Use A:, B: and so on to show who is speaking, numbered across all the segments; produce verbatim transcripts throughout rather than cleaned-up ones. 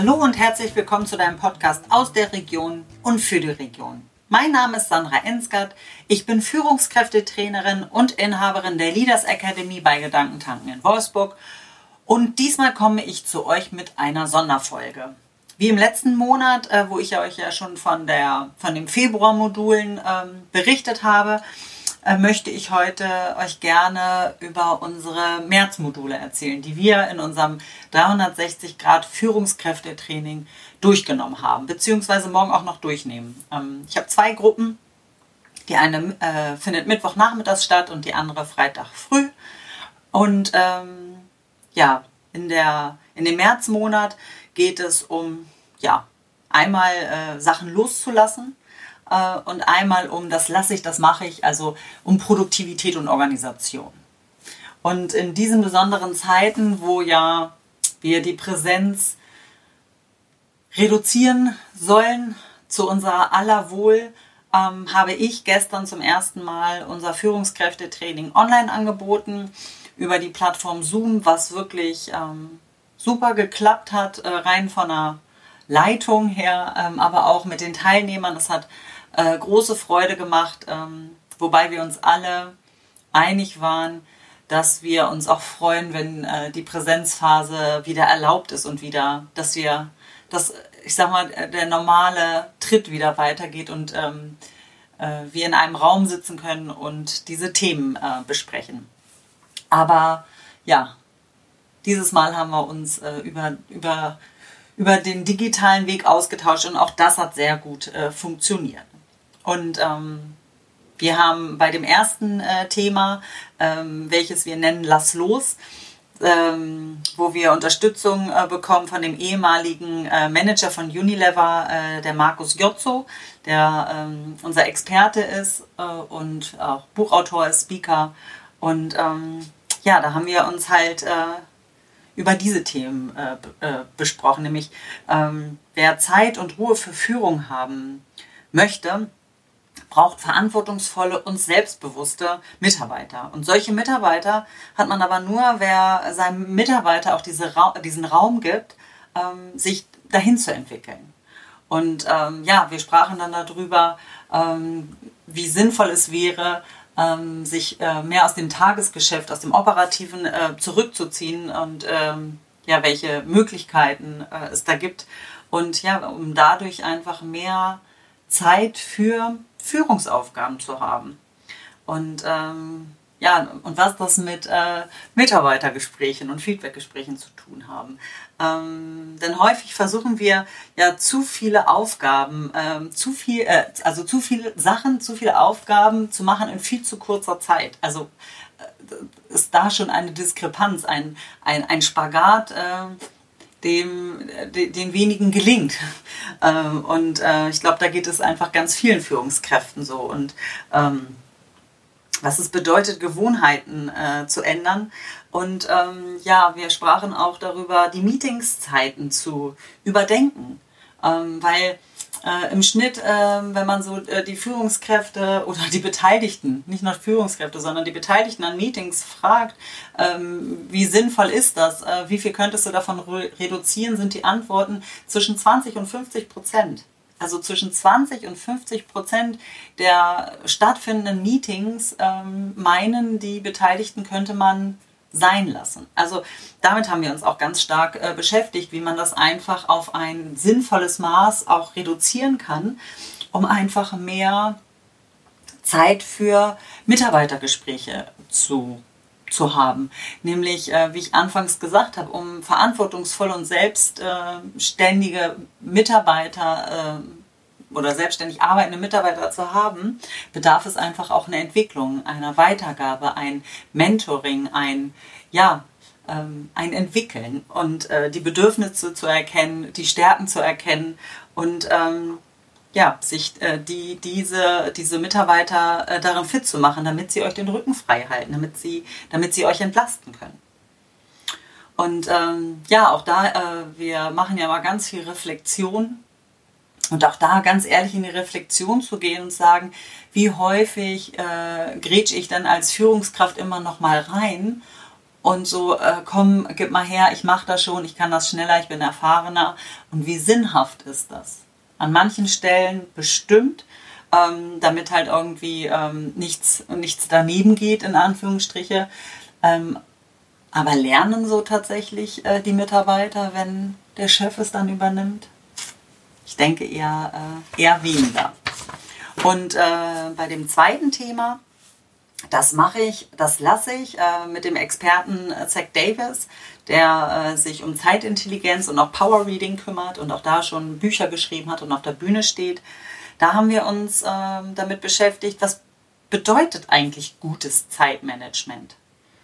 A: Hallo und herzlich willkommen zu deinem Podcast aus der Region und für die Region. Mein Name ist Sandra Ensgard, ich bin Führungskräftetrainerin und Inhaberin der Leaders Academy bei Gedankentanken in Wolfsburg und diesmal komme ich zu euch mit einer Sonderfolge. Wie im letzten Monat, äh, wo ich euch ja schon von, der, von den Februarmodulen ähm, berichtet habe, äh, möchte ich heute euch gerne über unsere Märzmodule erzählen, die wir in unserem dreihundertsechzig Grad Führungskräftetraining durchgenommen haben, beziehungsweise morgen auch noch durchnehmen. Ähm, ich habe zwei Gruppen, die eine äh, findet Mittwochnachmittags statt und die andere Freitag früh. Und ähm, ja, in, der, in dem Märzmonat geht es um ja, einmal äh, Sachen loszulassen äh, und einmal um das lasse ich, das mache ich, also um Produktivität und Organisation. Und in diesen besonderen Zeiten, wo ja wir die Präsenz reduzieren sollen zu unser aller Wohl, ähm, habe ich gestern zum ersten Mal unser Führungskräftetraining online angeboten über die Plattform Zoom, was wirklich ähm, super geklappt hat, äh, rein von der Leitung her, ähm, aber auch mit den Teilnehmern. Es hat äh, große Freude gemacht, ähm, wobei wir uns alle einig waren, dass wir uns auch freuen, wenn äh, die Präsenzphase wieder erlaubt ist und wieder, dass wir, dass, ich sag mal, der normale Tritt wieder weitergeht und ähm, äh, wir in einem Raum sitzen können und diese Themen äh, besprechen. Aber ja, dieses Mal haben wir uns äh, über, über, über den digitalen Weg ausgetauscht und auch das hat sehr gut äh, funktioniert. Und ähm, wir haben bei dem ersten äh, Thema, ähm, welches wir nennen Lass los, ähm, wo wir Unterstützung äh, bekommen von dem ehemaligen äh, Manager von Unilever, äh, der Markus Jozzo, der ähm, unser Experte ist äh, und auch Buchautor ist, Speaker. Und ähm, ja, da haben wir uns halt äh, über diese Themen äh, äh, besprochen, nämlich ähm, wer Zeit und Ruhe für Führung haben möchte, braucht verantwortungsvolle und selbstbewusste Mitarbeiter. Und solche Mitarbeiter hat man aber nur, wer seinem Mitarbeiter auch diese Ra- diesen Raum gibt, ähm, sich dahin zu entwickeln. Und ähm, ja, wir sprachen dann darüber, ähm, wie sinnvoll es wäre, ähm, sich äh, mehr aus dem Tagesgeschäft, aus dem Operativen äh, zurückzuziehen und ähm, ja, welche Möglichkeiten äh, es da gibt. Und ja, um dadurch einfach mehr Zeit für Führungsaufgaben zu haben. Und ähm, ja, und was das mit äh, Mitarbeitergesprächen und Feedbackgesprächen zu tun haben. Ähm, denn häufig versuchen wir ja zu viele Aufgaben, ähm, zu viel, äh, also zu viele Sachen, zu viele Aufgaben zu machen in viel zu kurzer Zeit. Also äh, ist da schon eine Diskrepanz, ein, ein, ein Spagat, äh, dem de, den wenigen gelingt. Ähm, und äh, ich glaube, da geht es einfach ganz vielen Führungskräften so. Und ähm, was es bedeutet, Gewohnheiten äh, zu ändern. Und ähm, ja, wir sprachen auch darüber, die Meetingszeiten zu überdenken. Ähm, weil äh, im Schnitt, äh, wenn man so äh, die Führungskräfte oder die Beteiligten, nicht nur Führungskräfte, sondern die Beteiligten an Meetings fragt, ähm, wie sinnvoll ist das, äh, wie viel könntest du davon re- reduzieren, sind die Antworten zwischen zwanzig und fünfzig Prozent. Also zwischen zwanzig und fünfzig Prozent der stattfindenden Meetings ähm, meinen die Beteiligten, könnte man sein lassen. Also damit haben wir uns auch ganz stark äh, beschäftigt, wie man das einfach auf ein sinnvolles Maß auch reduzieren kann, um einfach mehr Zeit für Mitarbeitergespräche zu, zu haben. Nämlich, äh, wie ich anfangs gesagt habe, um verantwortungsvolle und selbstständige Mitarbeiter äh, oder selbstständig arbeitende Mitarbeiter zu haben, bedarf es einfach auch einer Entwicklung, einer Weitergabe, ein Mentoring, ein, ja, ähm, ein Entwickeln und äh, die Bedürfnisse zu erkennen, die Stärken zu erkennen und ähm, ja, sich äh, die, diese, diese Mitarbeiter äh, darin fit zu machen, damit sie euch den Rücken frei halten, damit sie, damit sie euch entlasten können. Und ähm, ja, auch da, äh, wir machen ja mal ganz viel Reflexion. Und auch da ganz ehrlich in die Reflexion zu gehen und sagen, wie häufig äh, grätsche ich dann als Führungskraft immer noch mal rein und so, äh, komm, gib mal her, ich mache das schon, ich kann das schneller, ich bin erfahrener. Und wie sinnhaft ist das? An manchen Stellen bestimmt, ähm, damit halt irgendwie ähm, nichts, nichts daneben geht, in Anführungsstriche. Ähm, aber lernen so tatsächlich äh, die Mitarbeiter, wenn der Chef es dann übernimmt? Ich denke eher, äh, eher weniger. Und äh, bei dem zweiten Thema, das mache ich, das lasse ich äh, mit dem Experten äh, Zach Davis, der äh, sich um Zeitintelligenz und auch Power Reading kümmert und auch da schon Bücher geschrieben hat und auf der Bühne steht. Da haben wir uns äh, damit beschäftigt, was bedeutet eigentlich gutes Zeitmanagement?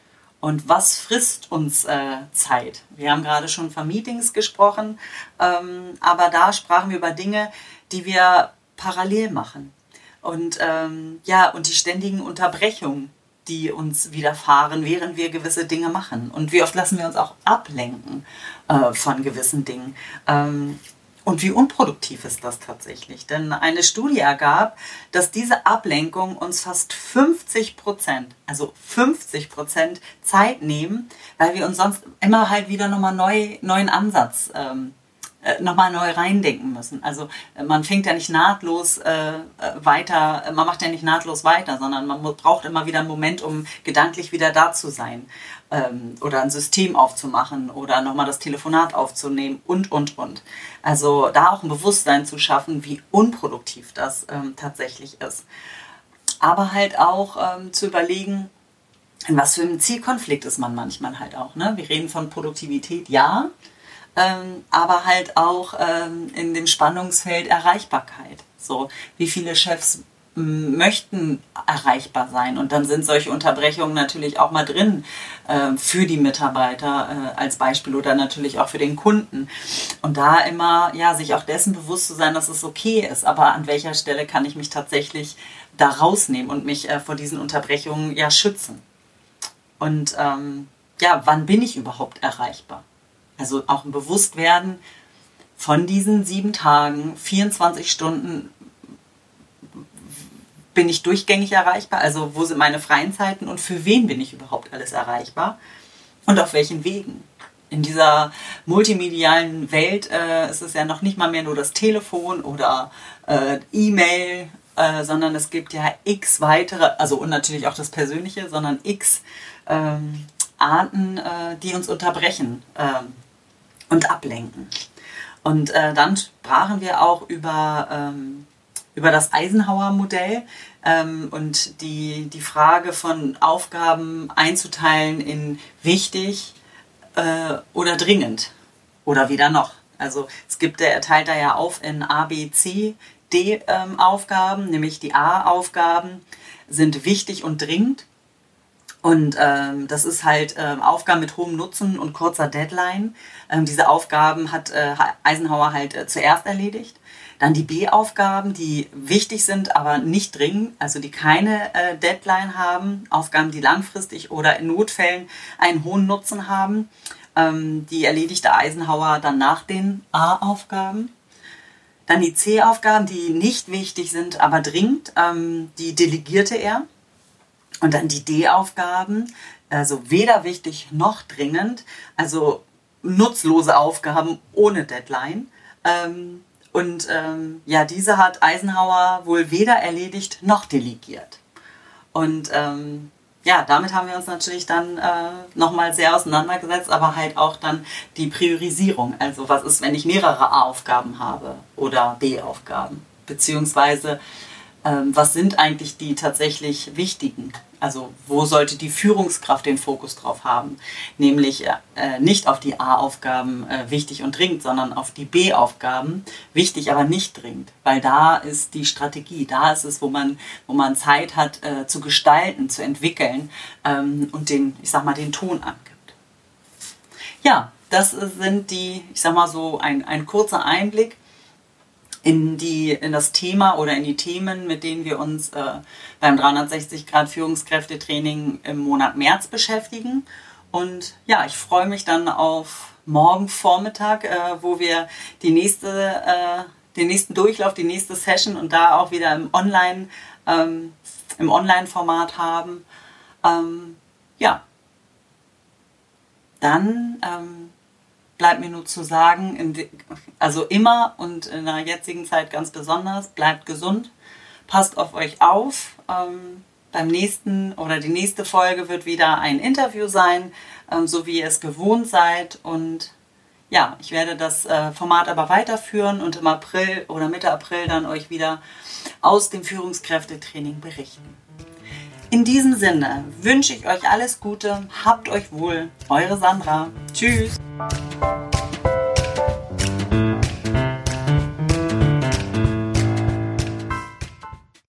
A: Und was frisst uns äh, Zeit? Wir haben gerade schon von Meetings gesprochen, ähm, aber da sprachen wir über Dinge, die wir parallel machen. Und, ähm, ja, und die ständigen Unterbrechungen, die uns widerfahren, während wir gewisse Dinge machen. Und wie oft lassen wir uns auch ablenken äh, von gewissen Dingen. Ähm, und wie unproduktiv ist das tatsächlich? Denn eine Studie ergab, dass diese Ablenkung uns fast fünfzig Prozent, also fünfzig Prozent Zeit nehmen, weil wir uns sonst immer halt wieder nochmal neu, neuen Ansatz ähm, nochmal neu reindenken müssen. Also man fängt ja nicht nahtlos äh, weiter, man macht ja nicht nahtlos weiter, sondern man braucht immer wieder einen Moment, um gedanklich wieder da zu sein ähm, oder ein System aufzumachen oder nochmal das Telefonat aufzunehmen und, und, und. Also da auch ein Bewusstsein zu schaffen, wie unproduktiv das ähm, tatsächlich ist. Aber halt auch ähm, zu überlegen, in was für einem Zielkonflikt ist man manchmal halt auch. Ne? Wir reden von Produktivität, ja, Ähm, aber halt auch ähm, in dem Spannungsfeld Erreichbarkeit. So, wie viele Chefs m, möchten erreichbar sein? Und dann sind solche Unterbrechungen natürlich auch mal drin äh, für die Mitarbeiter äh, als Beispiel oder natürlich auch für den Kunden. Und da immer, ja, sich auch dessen bewusst zu sein, dass es okay ist. Aber an welcher Stelle kann ich mich tatsächlich da rausnehmen und mich äh, vor diesen Unterbrechungen ja schützen? Und ähm, ja, wann bin ich überhaupt erreichbar? Also auch ein Bewusstwerden von diesen sieben Tagen, vierundzwanzig Stunden bin ich durchgängig erreichbar. Also wo sind meine freien Zeiten und für wen bin ich überhaupt alles erreichbar und auf welchen Wegen? In dieser multimedialen Welt äh, ist es ja noch nicht mal mehr nur das Telefon oder äh, E-Mail, äh, sondern es gibt ja x weitere, also und natürlich auch das Persönliche, sondern x ähm, Arten, äh, die uns unterbrechen. Ähm, und ablenken. Und äh, dann sprachen wir auch über, ähm, über das Eisenhower-Modell ähm, und die, die Frage von Aufgaben einzuteilen in wichtig äh, oder dringend oder weder noch. Also es gibt, der teilt da ja auf in A, B, C, D ähm, Aufgaben, nämlich die A-Aufgaben sind wichtig und dringend. Und ähm, das ist halt ähm, Aufgaben mit hohem Nutzen und kurzer Deadline. Ähm, diese Aufgaben hat äh, Eisenhower halt äh, zuerst erledigt. Dann die B-Aufgaben, die wichtig sind, aber nicht dringend, also die keine äh, Deadline haben. Aufgaben, die langfristig oder in Notfällen einen hohen Nutzen haben. Ähm, die erledigte Eisenhower dann nach den A-Aufgaben. Dann die C-Aufgaben, die nicht wichtig sind, aber dringend. Ähm, die delegierte er. Und dann die D-Aufgaben, also weder wichtig noch dringend, also nutzlose Aufgaben ohne Deadline. Ähm, und ähm, ja, diese hat Eisenhower wohl weder erledigt noch delegiert. Und ähm, ja, damit haben wir uns natürlich dann äh, nochmal sehr auseinandergesetzt, aber halt auch dann die Priorisierung. Also was ist, wenn ich mehrere A-Aufgaben habe oder B-Aufgaben? Beziehungsweise ähm, was sind eigentlich die tatsächlich wichtigen? Also wo sollte die Führungskraft den Fokus drauf haben? Nämlich äh, nicht auf die A-Aufgaben äh, wichtig und dringend, sondern auf die B-Aufgaben wichtig, aber nicht dringend. Weil da ist die Strategie, da ist es, wo man, wo man Zeit hat äh, zu gestalten, zu entwickeln ähm, und den, ich sag mal, den Ton angibt. Ja, das sind die, ich sag mal so, ein, ein kurzer Einblick in, die, in das Thema oder in die Themen, mit denen wir uns äh, beim dreihundertsechzig Grad Führungskräftetraining im Monat März beschäftigen. Und ja, ich freue mich dann auf morgen Vormittag, äh, wo wir die nächste, äh, den nächsten Durchlauf, die nächste Session und da auch wieder im Online, ähm, im Online-Format haben. Ähm, ja, dann ähm, bleibt mir nur zu sagen, in de, also immer und in der jetzigen Zeit ganz besonders, bleibt gesund, passt auf euch auf. Ähm, beim nächsten oder die nächste Folge wird wieder ein Interview sein, ähm, so wie ihr es gewohnt seid. Und ja, ich werde das äh, Format aber weiterführen und im April oder Mitte April dann euch wieder aus dem Führungskräftetraining berichten. In diesem Sinne wünsche ich euch alles Gute, habt euch wohl, eure Sandra. Tschüss!